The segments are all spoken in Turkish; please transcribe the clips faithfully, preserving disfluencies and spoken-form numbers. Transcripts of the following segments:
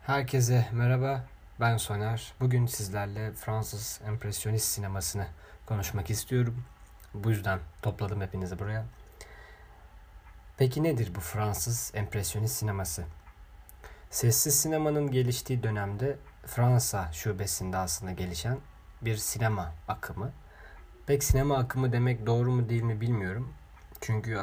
Herkese merhaba, ben Soner. Bugün sizlerle Fransız empresyonist sinemasını konuşmak istiyorum. Bu yüzden topladım hepinizi buraya. Peki nedir bu Fransız empresyonist sineması? Sessiz sinemanın geliştiği dönemde Fransa şubesinde aslında gelişen bir sinema akımı. Pek sinema akımı demek doğru mu değil mi bilmiyorum. Çünkü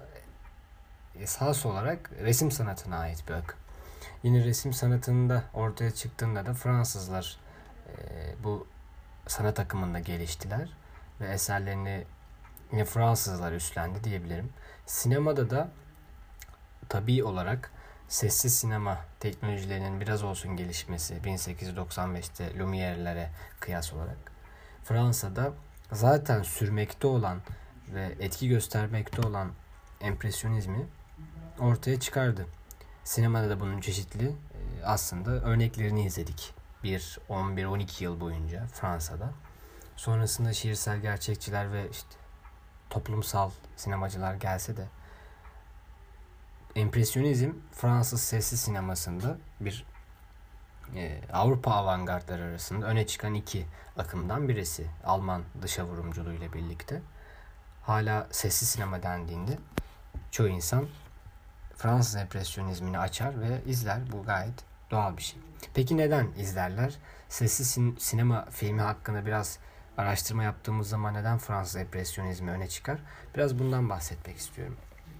esas olarak resim sanatına ait bir akım. Yine resim sanatında ortaya çıktığında da Fransızlar e, bu sanat akımında geliştiler ve eserlerini yine Fransızlar üstlendi diyebilirim. Sinemada da tabii olarak sessiz sinema teknolojilerinin biraz olsun gelişmesi bin sekiz yüz doksan beşte Lumière'lere kıyas olarak Fransa'da zaten sürmekte olan ve etki göstermekte olan empresyonizmi ortaya çıkardı. Sinemada da bunun çeşitli aslında örneklerini izledik. Bir on bir on iki yıl boyunca Fransa'da. Sonrasında şiirsel gerçekçiler ve işte toplumsal sinemacılar gelse de empresyonizm Fransız sessiz sinemasında bir e, Avrupa avantgardları arasında öne çıkan iki akımdan birisi. Alman dışa vurumculuğu ile birlikte. Hala sessiz sinema dendiğinde çoğu insan Fransız empresyonizmini açar ve izler. Bu gayet doğal bir şey. Peki neden izlerler? Sessiz sin- sinema filmi hakkında biraz araştırma yaptığımız zaman neden Fransız empresyonizmi öne çıkar? Biraz bundan bahsetmek istiyorum.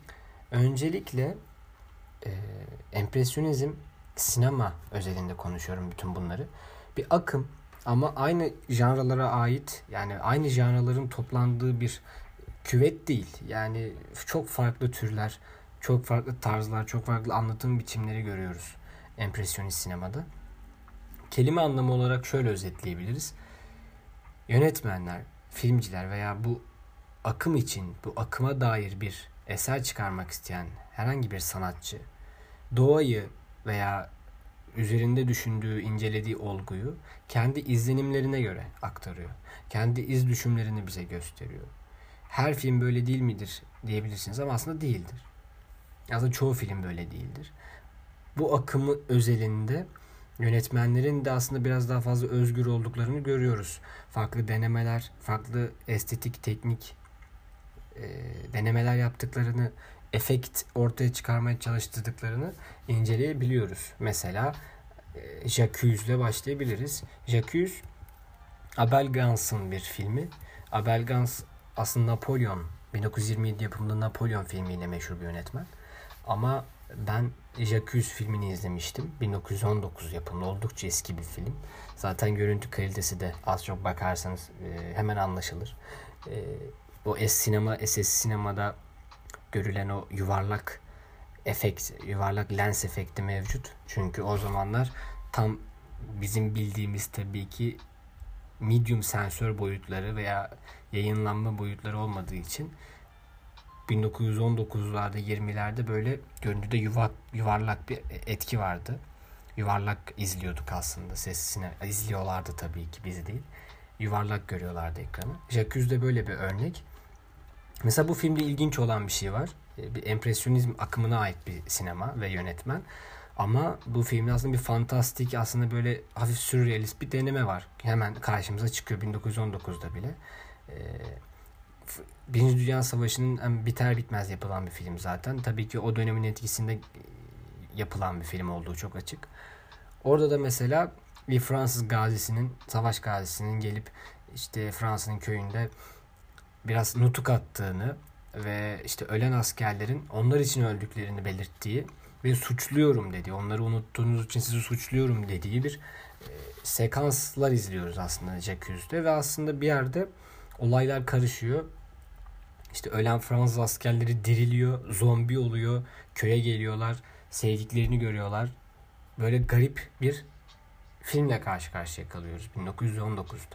Öncelikle e, empresyonizm sinema özelinde konuşuyorum bütün bunları. Bir akım ama aynı janralara ait, yani aynı janraların toplandığı bir küvet değil. Yani çok farklı türler, çok farklı tarzlar, çok farklı anlatım biçimleri görüyoruz empresyonist sinemada. Kelime anlamı olarak şöyle özetleyebiliriz. Yönetmenler, filmciler veya bu akım için, bu akıma dair bir eser çıkarmak isteyen herhangi bir sanatçı doğayı veya üzerinde düşündüğü, incelediği olguyu kendi izlenimlerine göre aktarıyor. Kendi iz düşümlerini bize gösteriyor. Her film böyle değil midir diyebilirsiniz ama aslında değildir. Aslında çoğu film böyle değildir. Bu akımı özelinde yönetmenlerin de aslında biraz daha fazla özgür olduklarını görüyoruz. Farklı denemeler, farklı estetik, teknik e, denemeler yaptıklarını, efekt ortaya çıkarmaya çalıştırdıklarını inceleyebiliyoruz. Mesela e, J'accuse ile başlayabiliriz. J'accuse, Abel Gans'ın bir filmi. Abel Gans aslında Napolyon, bin dokuz yüz yirmi yedi yapımında Napolyon filmiyle meşhur bir yönetmen. Ama ben J'accuse filmini izlemiştim. bin dokuz yüz on dokuz yapımlı, oldukça eski bir film. Zaten görüntü kalitesi de az çok bakarsanız e, hemen anlaşılır. E, o es sinema, S S sinemada görülen o yuvarlak efekt, yuvarlak lens efekti mevcut. Çünkü o zamanlar tam bizim bildiğimiz tabii ki medium sensör boyutları veya yayınlanma boyutları olmadığı için bin dokuz yüz on dokuzlarda yirmilerde böyle görüntüde yuva, yuvarlak bir etki vardı. Yuvarlak izliyorduk aslında sesine. İzliyorlardı tabii ki, biz değil. Yuvarlak görüyorlardı ekranı. J'accuse böyle bir örnek. Mesela bu filmde ilginç olan bir şey var. Bir empresyonizm akımına ait bir sinema ve yönetmen. Ama bu filmde aslında bir fantastik, aslında böyle hafif sürrealist bir deneme var. Hemen karşımıza çıkıyor bin dokuz yüz on dokuzda bile. Ee, Birinci Dünya Savaşı'nın biter bitmez yapılan bir film zaten. Tabii ki o dönemin etkisinde yapılan bir film olduğu çok açık. Orada da mesela bir Fransız gazisinin, savaş gazisinin gelip işte Fransa'nın köyünde biraz nutuk attığını ve işte ölen askerlerin onlar için öldüklerini belirttiği ve suçluyorum dediği, onları unuttuğunuz için sizi suçluyorum dediği bir e, sekanslar izliyoruz aslında J'accuse'de ve aslında bir yerde olaylar karışıyor. İşte ölen Fransız askerleri diriliyor, zombi oluyor, köye geliyorlar, sevdiklerini görüyorlar. Böyle garip bir filmle karşı karşıya kalıyoruz bin dokuz yüz on dokuzda.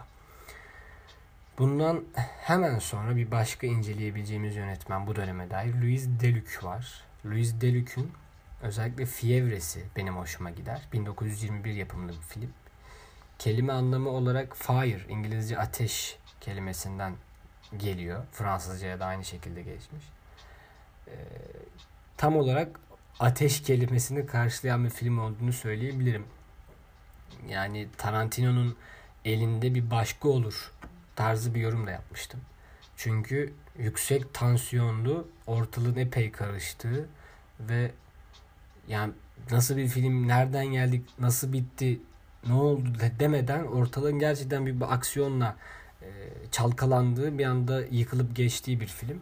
Bundan hemen sonra bir başka inceleyebileceğimiz yönetmen bu döneme dair Louis Deluc var. Louis Deluc'ün özellikle Fievre'si benim hoşuma gider. bin dokuz yüz yirmi bir yapımlı bir film. Kelime anlamı olarak fire, İngilizce ateş kelimesinden geliyor. Fransızca'ya da aynı şekilde geçmiş. Ee, tam olarak ateş kelimesini karşılayan bir film olduğunu söyleyebilirim. Yani Tarantino'nun elinde bir başka olur tarzı bir yorum da yapmıştım. Çünkü yüksek tansiyonlu, ortalığın epey karıştığı ve yani nasıl bir film, nereden geldik, nasıl bitti, ne oldu demeden ortalığın gerçekten bir, bir aksiyonla e, çalkalandığı, bir anda yıkılıp geçtiği bir film.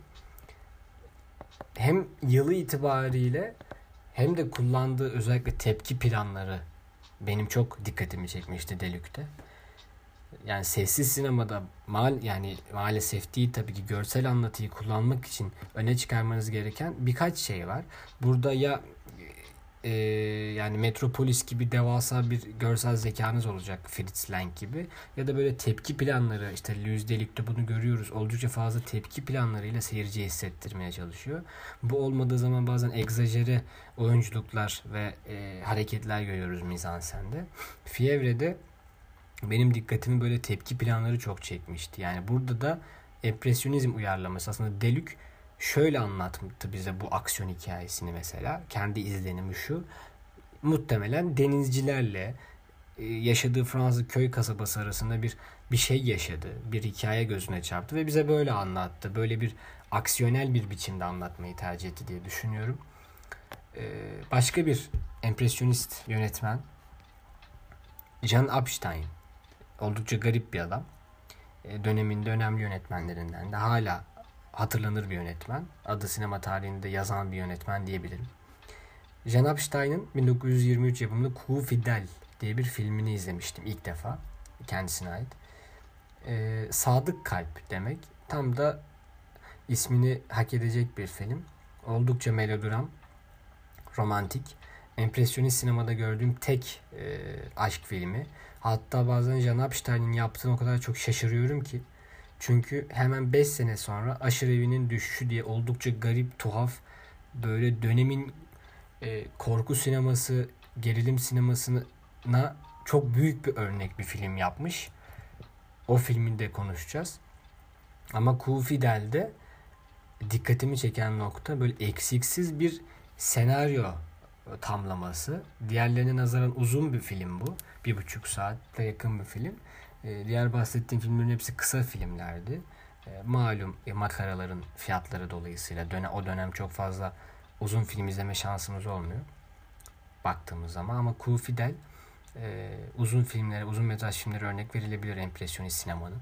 Hem yılı itibariyle hem de kullandığı özellikle tepki planları benim çok dikkatimi çekmişti Delük'te. Yani sessiz sinemada mal yani maalesef değil tabii ki, görsel anlatıyı kullanmak için öne çıkarmanız gereken birkaç şey var. Burada ya e, yani Metropolis gibi devasa bir görsel zekanız olacak, Fritz Lang gibi, ya da böyle tepki planları, işte Louis Delük'te bunu görüyoruz. Oldukça fazla tepki planlarıyla seyirciye hissettirmeye çalışıyor. Bu olmadığı zaman bazen egzajere oyunculuklar ve e, hareketler görüyoruz mizansende. Fievre'de benim dikkatimi böyle tepki planları çok çekmişti. Yani burada da empresyonizm uyarlaması. Aslında Delük şöyle anlatmıştı bize bu aksiyon hikayesini mesela. Kendi izlenimi şu: muhtemelen denizcilerle yaşadığı Fransız köy kasabası arasında bir bir şey yaşadı. Bir hikaye gözüne çarptı ve bize böyle anlattı. Böyle bir aksiyonel bir biçimde anlatmayı tercih etti diye düşünüyorum. Başka bir empresyonist yönetmen Jean Epstein. Oldukça garip bir adam. Döneminde önemli yönetmenlerinden de, hala hatırlanır bir yönetmen. Adı sinema tarihinde yazan bir yönetmen diyebilirim. Jean Epstein'in bin dokuz yüz yirmi üç yapımında Coup Fidel diye bir filmini izlemiştim ilk defa. Kendisine ait. Ee, Sadık Kalp demek. Tam da ismini hak edecek bir film. Oldukça melodram, romantik. Empresyonist sinemada gördüğüm tek e, aşk filmi. Hatta bazen Jean Epstein'in yaptığını o kadar çok şaşırıyorum ki. Çünkü hemen beş sene sonra Aşırı Evi'nin Düşüşü diye oldukça garip, tuhaf, böyle dönemin e, korku sineması, gerilim sinemasına çok büyük bir örnek bir film yapmış. O filmi de konuşacağız. Ama Coup Fidel'de dikkatimi çeken nokta böyle eksiksiz bir senaryo tamlaması. Diğerlerine nazaran uzun bir film bu. Bir buçuk saatte yakın bir film. Ee, diğer bahsettiğim filmlerin hepsi kısa filmlerdi. Ee, malum e, makaraların fiyatları dolayısıyla dönem, o dönem çok fazla uzun film izleme şansımız olmuyor baktığımız zaman. Ama Coup Fidel e, uzun filmlere, uzun metraj filmlere örnek verilebilir empresyonist sinemanın.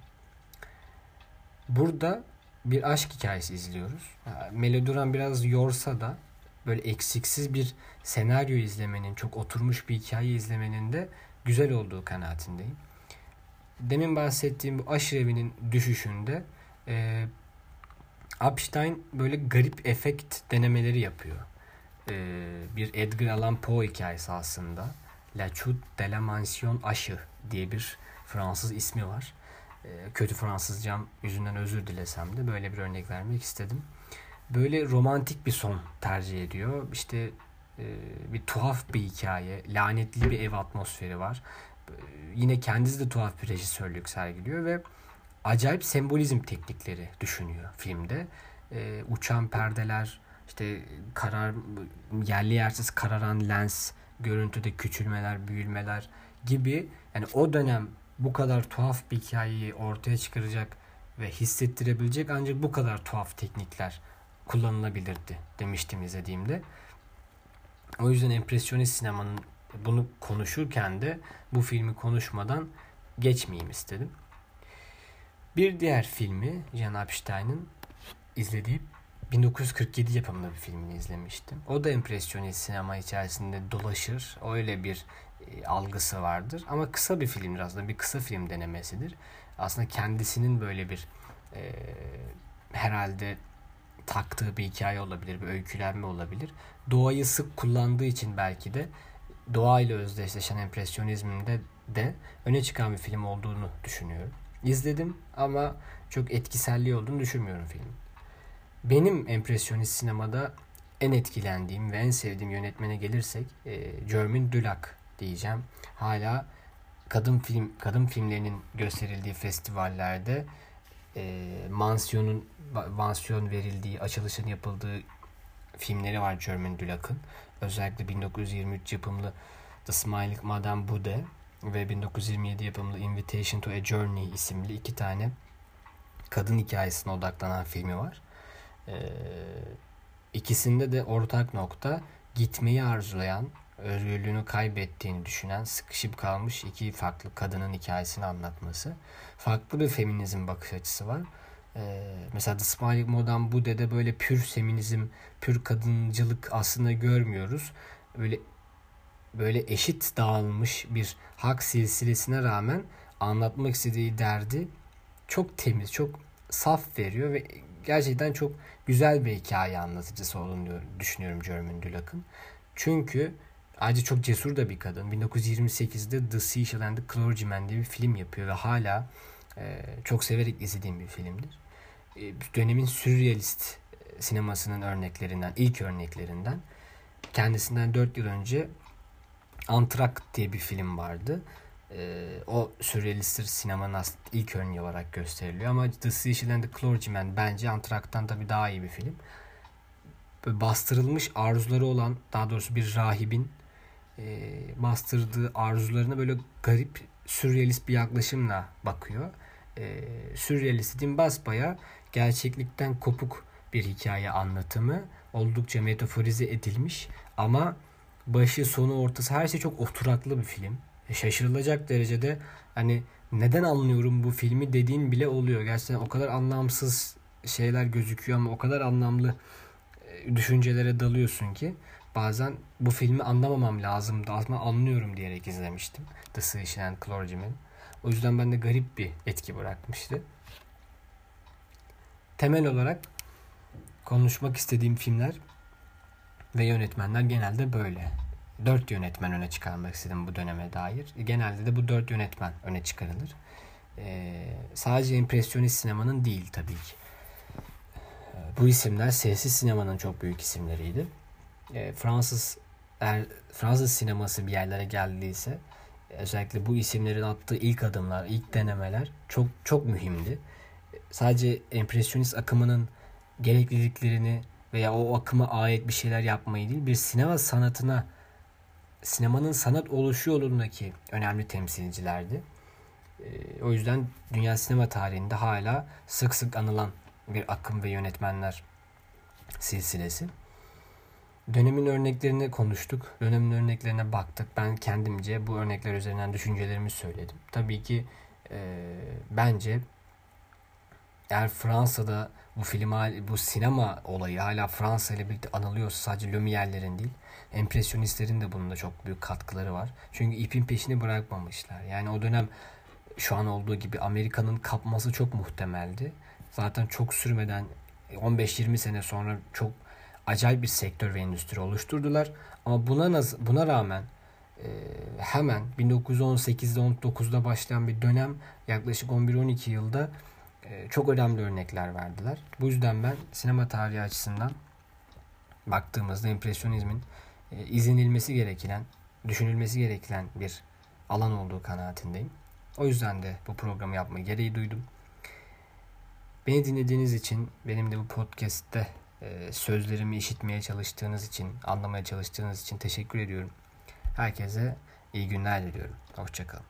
Burada bir aşk hikayesi izliyoruz. Melodram biraz yorsa da böyle eksiksiz bir senaryo izlemenin, çok oturmuş bir hikaye izlemenin de güzel olduğu kanaatindeyim. Demin bahsettiğim bu Aşırı Evi'nin Düşüşünde e, Epstein böyle garip efekt denemeleri yapıyor. E, bir Edgar Allan Poe hikayesi aslında. La Chute de la Mansion Aşı diye bir Fransız ismi var. E, kötü Fransızcam yüzünden özür dilesem de böyle bir örnek vermek istedim. Böyle romantik bir son tercih ediyor. İşte e, bir tuhaf bir hikaye, lanetli bir ev atmosferi var. E, yine kendisi de tuhaf bir rejisörlük sergiliyor ve acayip sembolizm teknikleri düşünüyor filmde. E, uçan perdeler, işte karar, yerli yersiz kararan lens, görüntüde küçülmeler, büyülmeler gibi. Yani o dönem bu kadar tuhaf bir hikayeyi ortaya çıkaracak ve hissettirebilecek ancak bu kadar tuhaf teknikler kullanılabilirdi demiştim izlediğimde. O yüzden empresyonist sinemanın bunu konuşurken de bu filmi konuşmadan geçmeyeyim istedim. Bir diğer filmi Jean Epstein'in izlediğim bin dokuz yüz kırk yedi yapımında bir filmini izlemiştim. O da empresyonist sinema içerisinde dolaşır. Öyle bir e, algısı vardır. Ama kısa bir filmdir aslında. Bir kısa film denemesidir. Aslında kendisinin böyle bir e, herhalde taktığı bir hikaye olabilir, bir öykülenme olabilir. Doğayı sık kullandığı için belki de doğayla özdeşleşen empresyonizminde de öne çıkan bir film olduğunu düşünüyorum. İzledim ama çok etkiselliği olduğunu düşünmüyorum filmin. Benim empresyonist sinemada en etkilendiğim ve en sevdiğim yönetmene gelirsek e, Germain Dulac diyeceğim. Hala kadın film kadın filmlerinin gösterildiği festivallerde e, mansiyonun mansiyon verildiği, açılışın yapıldığı filmleri var Germain Dulac'ın. Özellikle bin dokuz yüz yirmi üç yapımlı The Smiling Madame Bude ve bin dokuz yüz yirmi yedi yapımlı Invitation to a Journey isimli iki tane kadın hikayesine odaklanan filmi var. Ee, ikisinde de ortak nokta gitmeyi arzulayan, özgürlüğünü kaybettiğini düşünen, sıkışıp kalmış iki farklı kadının hikayesini anlatması. Farklı bir feminizm bakış açısı var. Ee, mesela The Smiling Madame Bude'de böyle pür feminizm, pür kadıncılık aslında görmüyoruz. Böyle böyle eşit dağılmış bir hak silsilesine rağmen anlatmak istediği derdi çok temiz, çok saf veriyor ve gerçekten çok güzel bir hikaye anlatıcısı olduğunu düşünüyorum Germaine Dulanc'ın. Çünkü ayrıca çok cesur da bir kadın. bin dokuz yüz yirmi sekizde The Seashell and the Clergyman diye bir film yapıyor ve hala e, çok severek izlediğim bir filmdir. E, dönemin sürrealist sinemasının örneklerinden, ilk örneklerinden. Kendisinden dört yıl önce Antrak diye bir film vardı. Ee, o sürrealist sinemanın ilk örneği olarak gösteriliyor. Ama The Seashell and the Clergyman bence Antrak'tan tabii daha iyi bir film. Böyle bastırılmış arzuları olan, daha doğrusu bir rahibin e, bastırdığı arzularına böyle garip, sürrealist bir yaklaşımla bakıyor. E, sürrealist dediğim basbayağı gerçeklikten kopuk bir hikaye anlatımı. Oldukça metaforize edilmiş ama başı sonu ortası her şey çok oturaklı bir film. Şaşırılacak derecede hani neden anlıyorum bu filmi dediğin bile oluyor. Gerçekten o kadar anlamsız şeyler gözüküyor ama o kadar anlamlı düşüncelere dalıyorsun ki bazen bu filmi anlamamam lazımdı. Aslında anlıyorum diyerek izlemiştim. The Seashell and Clergyman. O yüzden bende garip bir etki bırakmıştı. Temel olarak konuşmak istediğim filmler ve yönetmenler genelde böyle. Dört yönetmen öne çıkarmak istedim bu döneme dair. Genelde de bu dört yönetmen öne çıkarılır. Ee, sadece empresyonist sinemanın değil tabii ki. Bu isimler sessiz sinemanın çok büyük isimleriydi. Ee, Fransız eğer Fransız sineması bir yerlere geldiyse özellikle bu isimlerin attığı ilk adımlar, ilk denemeler çok çok mühimdi. Sadece empresyonist akımının gerekliliklerini veya o akıma ait bir şeyler yapmayı değil, bir sinema sanatına, sinemanın sanat oluşu yolundaki önemli temsilcilerdi. Ee, o yüzden dünya sinema tarihinde hala sık sık anılan bir akım ve yönetmenler silsilesi. Dönemin örneklerini konuştuk. Dönemin örneklerine baktık. Ben kendimce bu örnekler üzerinden düşüncelerimi söyledim. Tabii ki e, bence eğer Fransa'da bu film, bu sinema olayı hala Fransa ile birlikte anılıyorsa sadece Lumière'lerin değil, empresyonistlerin de bunun da çok büyük katkıları var. Çünkü ipin peşini bırakmamışlar. Yani o dönem şu an olduğu gibi Amerika'nın kapması çok muhtemeldi. Zaten çok sürmeden on beş yirmi sene sonra çok acayip bir sektör ve endüstri oluşturdular. Ama buna buna rağmen e, hemen bin dokuz yüz on sekizde on dokuzda başlayan bir dönem yaklaşık on bir on iki yılda e, çok önemli örnekler verdiler. Bu yüzden ben sinema tarihi açısından baktığımızda empresyonizmin e, izlenilmesi gereken, düşünülmesi gereken bir alan olduğu kanaatindeyim. O yüzden de bu programı yapma gereği duydum. Beni dinlediğiniz için, benim de bu podcast'te e, sözlerimi işitmeye çalıştığınız için, anlamaya çalıştığınız için teşekkür ediyorum. Herkese iyi günler diliyorum. Hoşçakalın.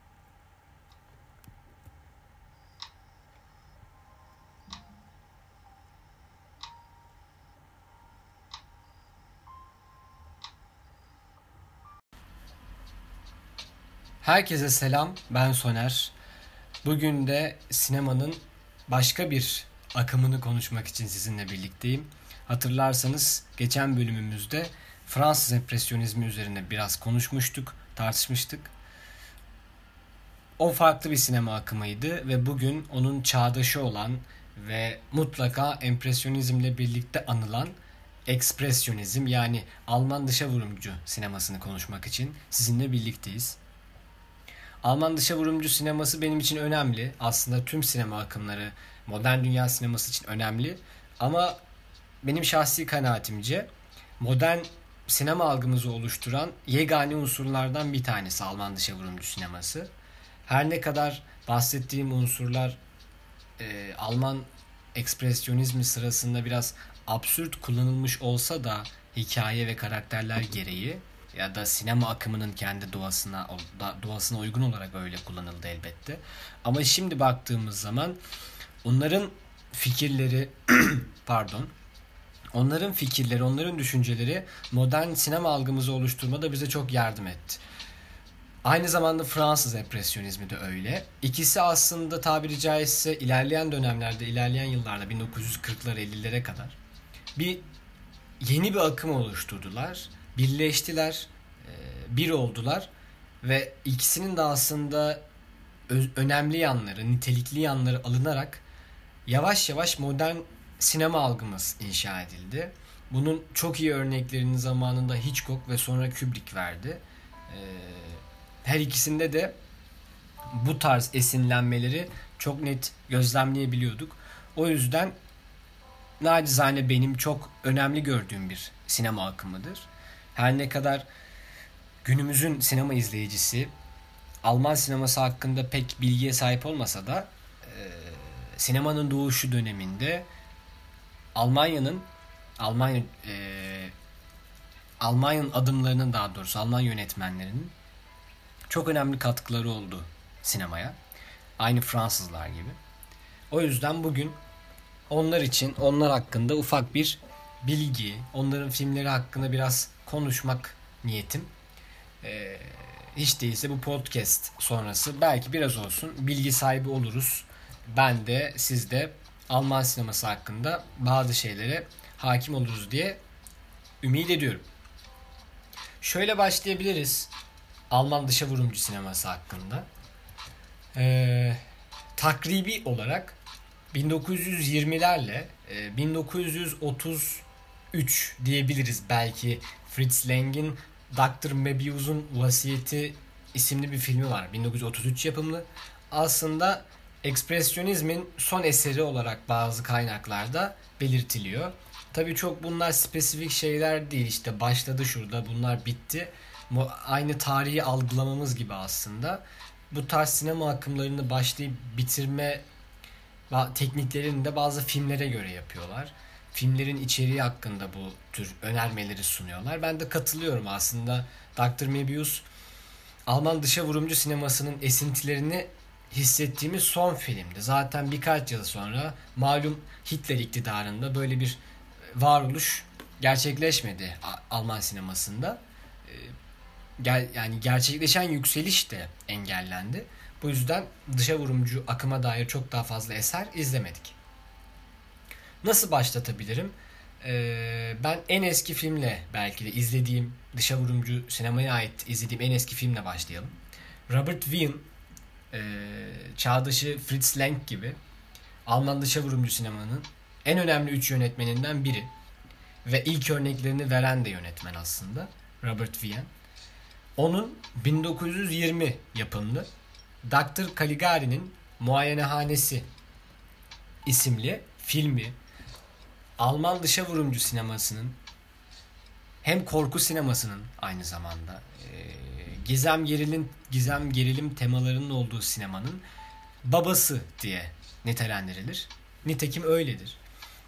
Herkese selam, ben Soner. Bugün de sinemanın başka bir akımını konuşmak için sizinle birlikteyim. Hatırlarsanız geçen bölümümüzde Fransız empresyonizmi üzerine biraz konuşmuştuk, tartışmıştık. O farklı bir sinema akımıydı ve bugün onun çağdaşı olan ve mutlaka empresyonizmle birlikte anılan ekspresyonizm, yani Alman dışa vurumcu sinemasını konuşmak için sizinle birlikteyiz. Alman dışa vurumcu sineması benim için önemli. Aslında tüm sinema akımları modern dünya sineması için önemli. Ama benim şahsi kanaatimce modern sinema algımızı oluşturan yegane unsurlardan bir tanesi Alman dışa vurumcu sineması. Her ne kadar bahsettiğim unsurlar e, Alman ekspresyonizmi sırasında biraz absürt kullanılmış olsa da hikaye ve karakterler gereği ya da sinema akımının kendi doğasına doğasına uygun olarak öyle kullanıldı elbette. Ama şimdi baktığımız zaman onların fikirleri pardon onların fikirleri, onların düşünceleri modern sinema algımızı oluşturmada bize çok yardım etti. Aynı zamanda Fransız empresyonizmi de öyle. İkisi aslında tabiri caizse ilerleyen dönemlerde, ilerleyen yıllarda bin dokuz yüz kırklara ellilere kadar bir yeni bir akım oluşturdular. Birleştiler, bir oldular ve ikisinin de aslında önemli yanları, nitelikli yanları alınarak yavaş yavaş modern sinema algımız inşa edildi. Bunun çok iyi örneklerini zamanında Hitchcock ve sonra Kubrick verdi. Her ikisinde de bu tarz esinlenmeleri çok net gözlemleyebiliyorduk. O yüzden nacizane benim çok önemli gördüğüm bir sinema akımıdır. Her ne kadar günümüzün sinema izleyicisi Alman sineması hakkında pek bilgiye sahip olmasa da e, sinemanın doğuşu döneminde Almanya'nın Almanya e, Almanya'nın adımlarının daha doğrusu Alman yönetmenlerinin çok önemli katkıları oldu sinemaya. Aynı Fransızlar gibi. O yüzden bugün onlar için, onlar hakkında ufak bir bilgi, onların filmleri hakkında biraz konuşmak niyetim. Ee, hiç değilse bu podcast sonrası belki biraz olsun bilgi sahibi oluruz. Ben de siz de Alman sineması hakkında bazı şeylere hakim oluruz diye ümit ediyorum. Şöyle başlayabiliriz Alman dışa vurumcu sineması hakkında. Ee, takribi olarak bin dokuz yüz yirmilerle bin dokuz yüz otuz üç diyebiliriz belki. Fritz Lang'in doktor Möbius'un Vasiyeti isimli bir filmi var. bin dokuz yüz otuz üç yapımlı. Aslında ekspresyonizmin son eseri olarak bazı kaynaklarda belirtiliyor. Tabii çok bunlar spesifik şeyler değil. İşte başladı şurada, bunlar bitti. Aynı tarihi algılamamız gibi aslında. Bu tarz sinema akımlarını başlayıp bitirme tekniklerini de bazı filmlere göre yapıyorlar. Filmlerin içeriği hakkında bu tür önermeleri sunuyorlar. Ben de katılıyorum aslında. doktor Möbius Alman dışa vurumcu sinemasının esintilerini hissettiğimiz son filmdi. Zaten birkaç yıl sonra malum Hitler iktidarında böyle bir varoluş gerçekleşmedi Alman sinemasında. Yani gerçekleşen yükseliş de engellendi. Bu yüzden dışa vurumcu akıma dair çok daha fazla eser izlemedik. Nasıl başlatabilirim? Ee, ben en eski filmle belki de izlediğim dışa vurumcu sinemaya ait izlediğim en eski filmle başlayalım. Robert Wien, e, çağdaşı Fritz Lang gibi Alman dışa vurumcu sinemanın en önemli üç yönetmeninden biri ve ilk örneklerini veren de yönetmen aslında Robert Wien. Onun bin dokuz yüz yirmi yapımlı doktor Caligari'nin Muayenehanesi isimli filmi Alman dışa vurumcu sinemasının hem korku sinemasının aynı zamanda e, gizem gerilim gizem gerilim temalarının olduğu sinemanın babası diye nitelendirilir. Nitekim öyledir.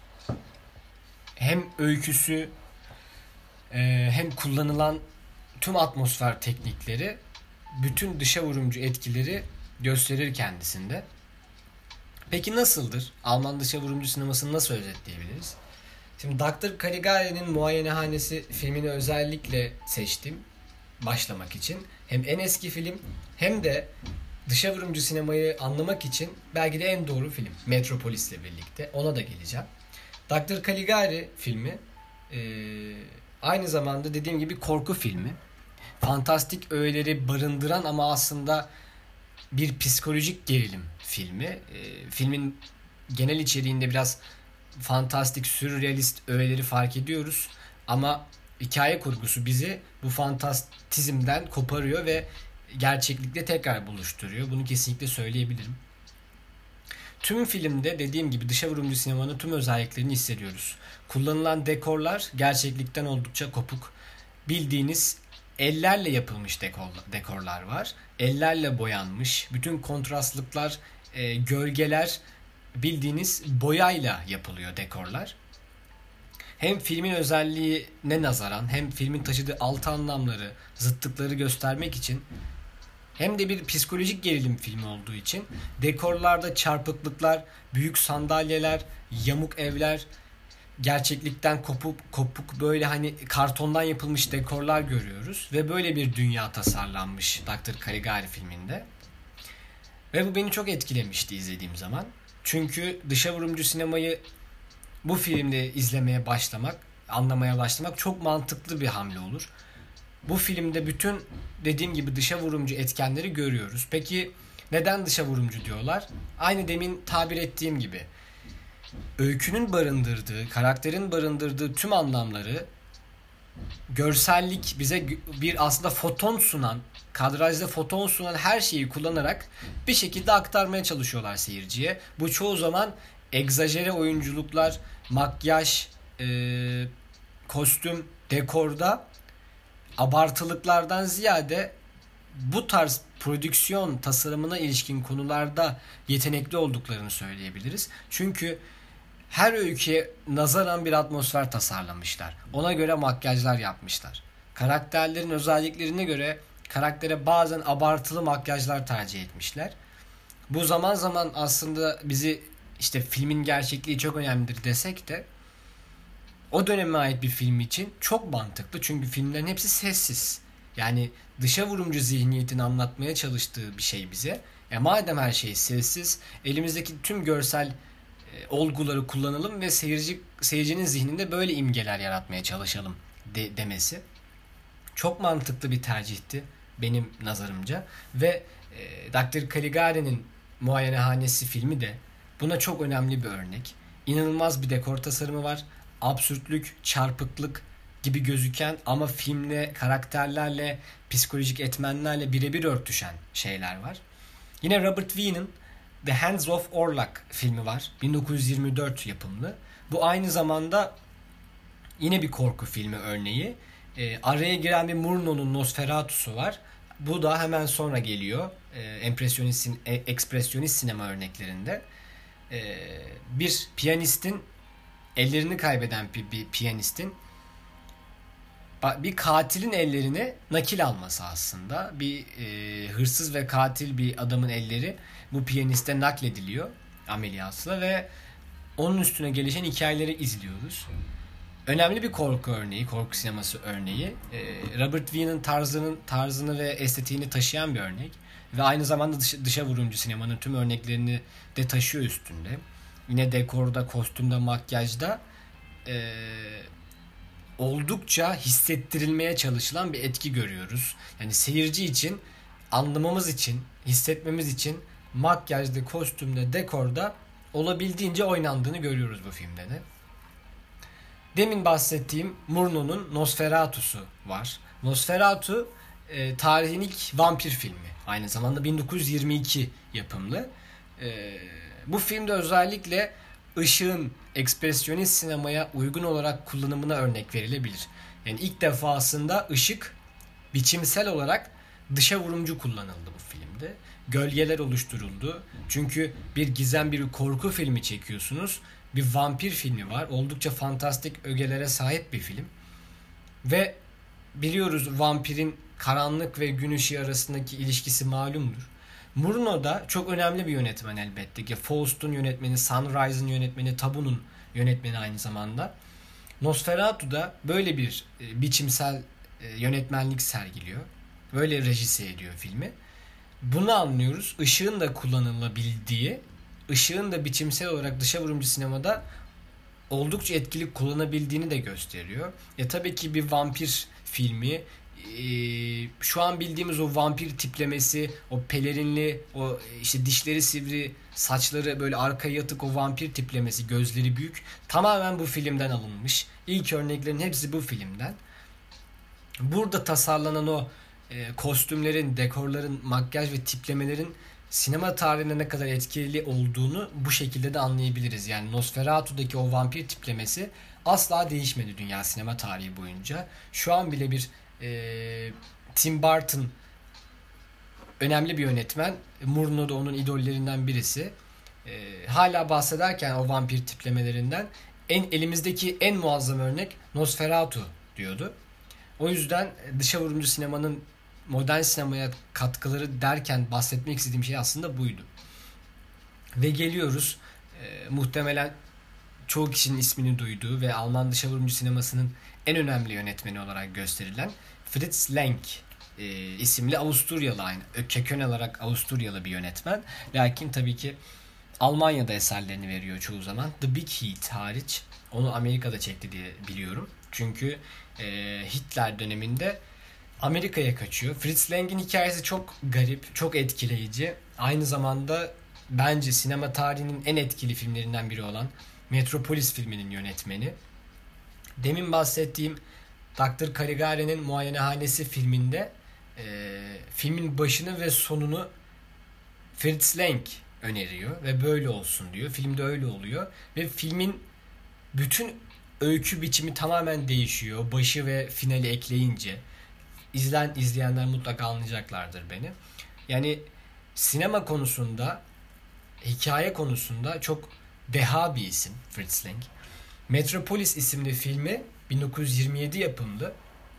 Hem öyküsü e, hem kullanılan tüm atmosfer teknikleri, bütün dışa vurumcu etkileri gösterir kendisinde. Peki nasıldır? Alman dışa vurumcu sinemasını nasıl özetleyebiliriz? Şimdi doktor Caligari'nin Muayenehanesi filmini özellikle seçtim başlamak için. Hem en eski film hem de dışa vurumcu sinemayı anlamak için belki de en doğru film. Metropolis'le birlikte. Ona da geleceğim. doktor Caligari filmi e, aynı zamanda dediğim gibi korku filmi. Fantastik öğeleri barındıran ama aslında bir psikolojik gerilim filmi. E, filmin genel içeriğinde biraz fantastik, sürrealist öğeleri fark ediyoruz. Ama hikaye kurgusu bizi bu fantastizmden koparıyor ve gerçeklikle tekrar buluşturuyor. Bunu kesinlikle söyleyebilirim. Tüm filmde dediğim gibi dışa vurumcu sinemanın tüm özelliklerini hissediyoruz. Kullanılan dekorlar gerçeklikten oldukça kopuk. Bildiğiniz ellerle yapılmış dekorlar var. Ellerle boyanmış. Bütün kontrastlıklar, e, gölgeler bildiğiniz boyayla yapılıyor dekorlar. hem filmin özelliğine nazaran hem filmin taşıdığı altı anlamları, zıtlıkları göstermek için hem de bir psikolojik gerilim filmi olduğu için dekorlarda çarpıklıklar, büyük sandalyeler, yamuk evler, gerçeklikten kopuk kopuk böyle hani kartondan yapılmış dekorlar görüyoruz ve böyle bir dünya tasarlanmış doktor Caligari filminde. Ve bu beni çok etkilemişti izlediğim zaman. Çünkü dışa vurumcu sinemayı bu filmde izlemeye başlamak, anlamaya başlamak çok mantıklı bir hamle olur. Bu filmde bütün dediğim gibi dışa vurumcu etkenleri görüyoruz. Peki neden dışa vurumcu diyorlar? Aynı demin tabir ettiğim gibi. Öykünün barındırdığı, karakterin barındırdığı tüm anlamları görsellik bize bir aslında foton sunan, kadrajda foton sunan her şeyi kullanarak bir şekilde aktarmaya çalışıyorlar seyirciye. Bu çoğu zaman egzajere oyunculuklar, makyaj, e, kostüm, dekorda abartılıklardan ziyade bu tarz prodüksiyon tasarımına ilişkin konularda yetenekli olduklarını söyleyebiliriz. Çünkü her öyküye nazaran bir atmosfer tasarlamışlar. Ona göre makyajlar yapmışlar. Karakterlerin özelliklerine göre karaktere bazen abartılı makyajlar tercih etmişler. Bu zaman zaman aslında bizi işte filmin gerçekliği çok önemlidir desek de o döneme ait bir film için çok mantıklı. Çünkü filmlerin hepsi sessiz. Yani dışa vurumcu zihniyetini anlatmaya çalıştığı bir şey bize. E madem her şey sessiz, elimizdeki tüm görsel e, olguları kullanalım ve seyirci seyircinin zihninde böyle imgeler yaratmaya çalışalım de, demesi. Çok mantıklı bir tercihti benim nazarımca. Ve e, doktor Caligari'nin Muayenehanesi filmi de buna çok önemli bir örnek. İnanılmaz bir dekor tasarımı var. Absürtlük, çarpıklık gibi gözüken ama filmle, karakterlerle, psikolojik etmenlerle birebir örtüşen şeyler var. Yine Robert Wien'in The Hands of Orlac filmi var. bin dokuz yüz yirmi dört yapımlı. Bu aynı zamanda yine bir korku filmi örneği. E, araya giren bir Murnau'nun Nosferatu'su var. Bu da hemen sonra geliyor. E, empresyonist, e, ekspresyonist sinema örneklerinde. E, bir piyanistin ellerini kaybeden bir, bir piyanistin bir katilin ellerini nakil alması aslında. Bir e, hırsız ve katil bir adamın elleri bu piyaniste naklediliyor ameliyatla ve onun üstüne gelişen hikayeleri izliyoruz. Önemli bir korku örneği, korku sineması örneği. E, Robert Wien'in tarzının tarzını ve estetiğini taşıyan bir örnek ve aynı zamanda dışa, dışa vurumcu sinemanın tüm örneklerini de taşıyor üstünde. Yine dekorda, kostümde, makyajda e, oldukça hissettirilmeye çalışılan bir etki görüyoruz. Yani seyirci için, anlamamız için, hissetmemiz için makyajda, kostümde, dekorda olabildiğince oynandığını görüyoruz bu filmde de. Demin bahsettiğim Murnau'nun Nosferatu'su var. Nosferatu e, tarihin ilk vampir filmi. Aynı zamanda bin dokuz yüz yirmi iki yapımlı. E, bu filmde özellikle ışığın ekspresyonist sinemaya uygun olarak kullanımına örnek verilebilir. Yani ilk defasında ışık biçimsel olarak dışa vurumcu kullanıldı bu filmde. Gölgeler oluşturuldu. Çünkü bir gizem, bir korku filmi çekiyorsunuz. Bir vampir filmi var. Oldukça fantastik ögelere sahip bir film. Ve biliyoruz vampirin karanlık ve gün ışığı arasındaki ilişkisi malumdur. Murnau da çok önemli bir yönetmen elbette ki. Faust'un yönetmeni, Sunrise'ın yönetmeni, Tabu'nun yönetmeni aynı zamanda. Nosferatu da böyle bir e, biçimsel e, yönetmenlik sergiliyor. Böyle rejise ediyor filmi. Bunu anlıyoruz. Işığın da kullanılabildiği, ışığın da biçimsel olarak dışa vurumcu sinemada oldukça etkili kullanabildiğini de gösteriyor. Ya tabii ki bir vampir filmi, Ee, şu an bildiğimiz o vampir tiplemesi, o pelerinli, o işte dişleri sivri, saçları böyle arkaya yatık o vampir tiplemesi, gözleri büyük, tamamen bu filmden alınmış. İlk örneklerin hepsi bu filmden. Burada tasarlanan o e, kostümlerin, dekorların, makyaj ve tiplemelerin sinema tarihine ne kadar etkili olduğunu bu şekilde de anlayabiliriz. Yani Nosferatu'daki o vampir tiplemesi asla değişmedi dünya sinema tarihi boyunca. Şu an bile bir e, Tim Burton önemli bir yönetmen. Murnau da onun idollerinden birisi. E, hala bahsederken o vampir tiplemelerinden en elimizdeki en muazzam örnek Nosferatu diyordu. O yüzden dışa vurumcu sinemanın modern sinemaya katkıları derken bahsetmek istediğim şey aslında buydu. Ve geliyoruz e, muhtemelen çoğu kişinin ismini duyduğu ve Alman dışa vurumcu sinemasının en önemli yönetmeni olarak gösterilen Fritz Lang e, isimli Avusturyalı, aynı köken olarak Avusturyalı bir yönetmen. Lakin tabii ki Almanya'da eserlerini veriyor çoğu zaman. The Big Heat hariç. Onu Amerika'da çekti diye biliyorum. Çünkü e, Hitler döneminde Amerika'ya kaçıyor. Fritz Lang'in hikayesi çok garip, çok etkileyici. Aynı zamanda bence sinema tarihinin en etkili filmlerinden biri olan Metropolis filminin yönetmeni. Demin bahsettiğim doktor Caligari'nin Muayenehanesi filminde e, filmin başını ve sonunu Fritz Lang öneriyor ve böyle olsun diyor. Filmde öyle oluyor ve filmin bütün öykü biçimi tamamen değişiyor. Başı ve finali ekleyince. İzlen, izleyenler mutlaka anlayacaklardır beni. Yani sinema konusunda, hikaye konusunda çok deha bir isim Fritz Lang. Metropolis isimli filmi bin dokuz yüz yirmi yedi yapımlı.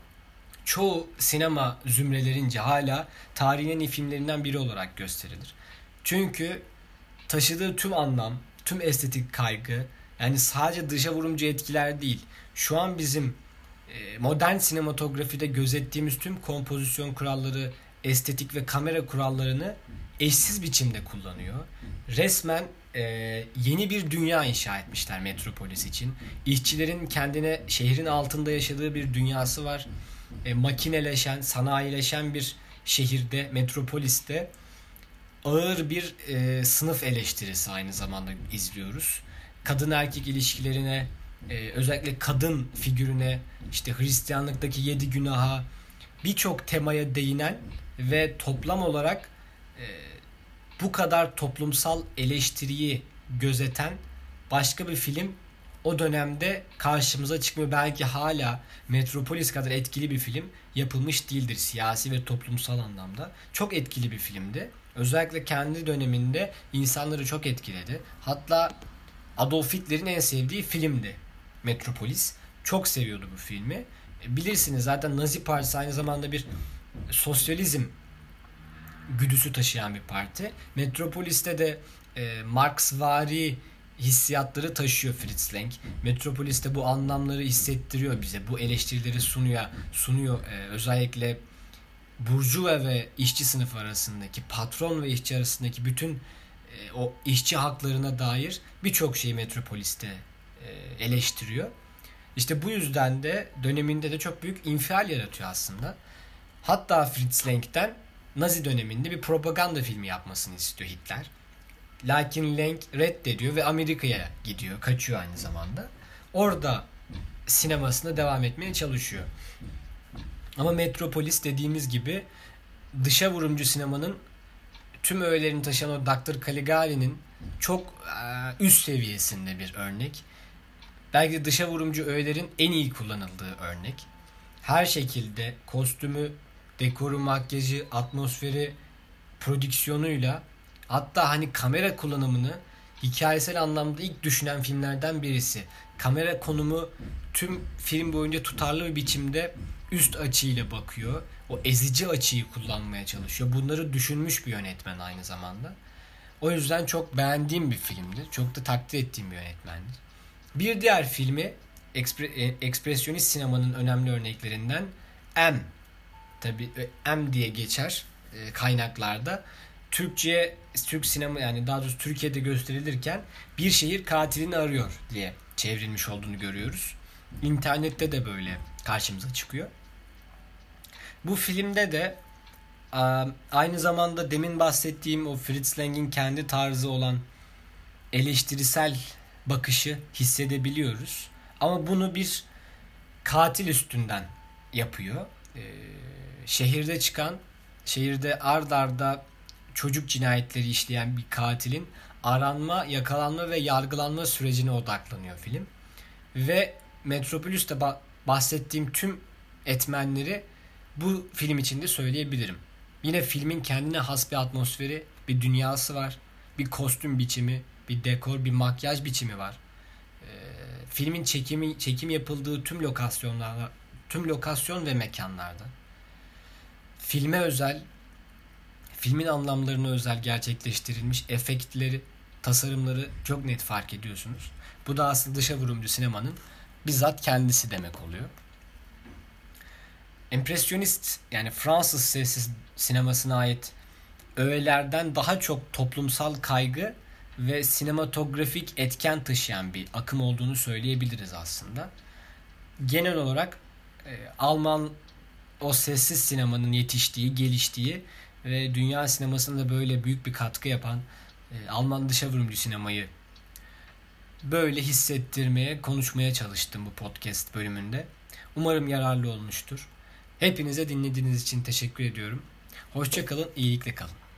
Çoğu sinema zümrelerince hala tarihin en iyi filmlerinden biri olarak gösterilir. Çünkü taşıdığı tüm anlam, tüm estetik kaygı, yani sadece dışa vurumcu etkiler değil, şu an bizim modern sinematografide gözettiğimiz tüm kompozisyon kuralları, estetik ve kamera kurallarını eşsiz biçimde kullanıyor. Resmen e, yeni bir dünya inşa etmişler Metropolis için. İşçilerin kendine şehrin altında yaşadığı bir dünyası var. E, makineleşen, sanayileşen bir şehirde, Metropolis'te ağır bir e, sınıf eleştirisi aynı zamanda izliyoruz. Kadın erkek ilişkilerine, Ee, özellikle kadın figürüne, işte Hristiyanlıktaki yedi günaha, birçok temaya değinen ve toplam olarak e, bu kadar toplumsal eleştiriyi gözeten başka bir film o dönemde karşımıza çıkmıyor. Belki hala Metropolis kadar etkili bir film yapılmış değildir siyasi ve toplumsal anlamda. Çok etkili bir filmdi. Özellikle kendi döneminde insanları çok etkiledi. Hatta Adolf Hitler'in en sevdiği filmdi Metropolis. Çok seviyordu bu filmi. Bilirsiniz zaten Nazi Partisi aynı zamanda bir sosyalizm güdüsü taşıyan bir parti. Metropolis'te de e, Marxvari hissiyatları taşıyor Fritz Lang. Metropolis'te bu anlamları hissettiriyor bize. Bu eleştirileri sunuyor. sunuyor. E, özellikle burjuva ve işçi sınıfı arasındaki, patron ve işçi arasındaki bütün e, o işçi haklarına dair birçok şeyi Metropolis'te e, eleştiriyor. İşte bu yüzden de döneminde de çok büyük infial yaratıyor aslında. Hatta Fritz Lang'den Nazi döneminde bir propaganda filmi yapmasını istiyor Hitler. Lakin Lang reddediyor ve Amerika'ya gidiyor, kaçıyor aynı zamanda. Orada sinemasına devam etmeye çalışıyor. Ama Metropolis dediğimiz gibi dışa vurumcu sinemanın tüm öğelerini taşıyan o doktor Caligari'nin çok üst seviyesinde bir örnek. Belki de dışa vurumcu öğelerin en iyi kullanıldığı örnek. Her şekilde kostümü, dekoru, makyajı, atmosferi, prodüksiyonuyla, hatta hani kamera kullanımını hikayesel anlamda ilk düşünen filmlerden birisi. Kamera konumu tüm film boyunca tutarlı bir biçimde üst açıyla bakıyor. O ezici açıyı kullanmaya çalışıyor. Bunları düşünmüş bir yönetmen aynı zamanda. O yüzden çok beğendiğim bir filmdir. Çok da takdir ettiğim bir yönetmendir. Bir diğer filmi ekspre- ekspresyonist sinemanın önemli örneklerinden M. Tabii M diye geçer e, kaynaklarda. Türkçe'ye, Türk sinema, yani daha doğrusu Türkiye'de gösterilirken Bir Şehir Katilini Arıyor diye çevrilmiş olduğunu görüyoruz. İnternette de böyle karşımıza çıkıyor. Bu filmde de aynı zamanda demin bahsettiğim o Fritz Lang'in kendi tarzı olan eleştirisel bakışı hissedebiliyoruz. Ama bunu bir katil üstünden yapıyor. Ee, şehirde çıkan, şehirde ard arda çocuk cinayetleri işleyen bir katilin aranma, yakalanma ve yargılanma sürecine odaklanıyor film. Ve Metropolis'te bahsettiğim tüm etmenleri bu film için de söyleyebilirim. Yine filmin kendine has bir atmosferi, bir dünyası var. Bir kostüm biçimi, bir dekor, bir makyaj biçimi var. Ee, filmin çekimi çekim yapıldığı tüm lokasyonlarda, tüm lokasyon ve mekanlarda filme özel, filmin anlamlarına özel gerçekleştirilmiş efektleri, tasarımları çok net fark ediyorsunuz. Bu da aslında dışa vurumcu sinemanın bizzat kendisi demek oluyor. Empresyonist, yani Fransız sessiz sinemasına ait öğelerden daha çok toplumsal kaygı ve sinematografik etken taşıyan bir akım olduğunu söyleyebiliriz aslında. Genel olarak e, Alman o sessiz sinemanın yetiştiği, geliştiği ve dünya sinemasında böyle büyük bir katkı yapan e, Alman dışa vurumcu sinemayı böyle hissettirmeye, konuşmaya çalıştım bu podcast bölümünde. Umarım yararlı olmuştur. Hepinize dinlediğiniz için teşekkür ediyorum. Hoşça kalın, iyilikle kalın.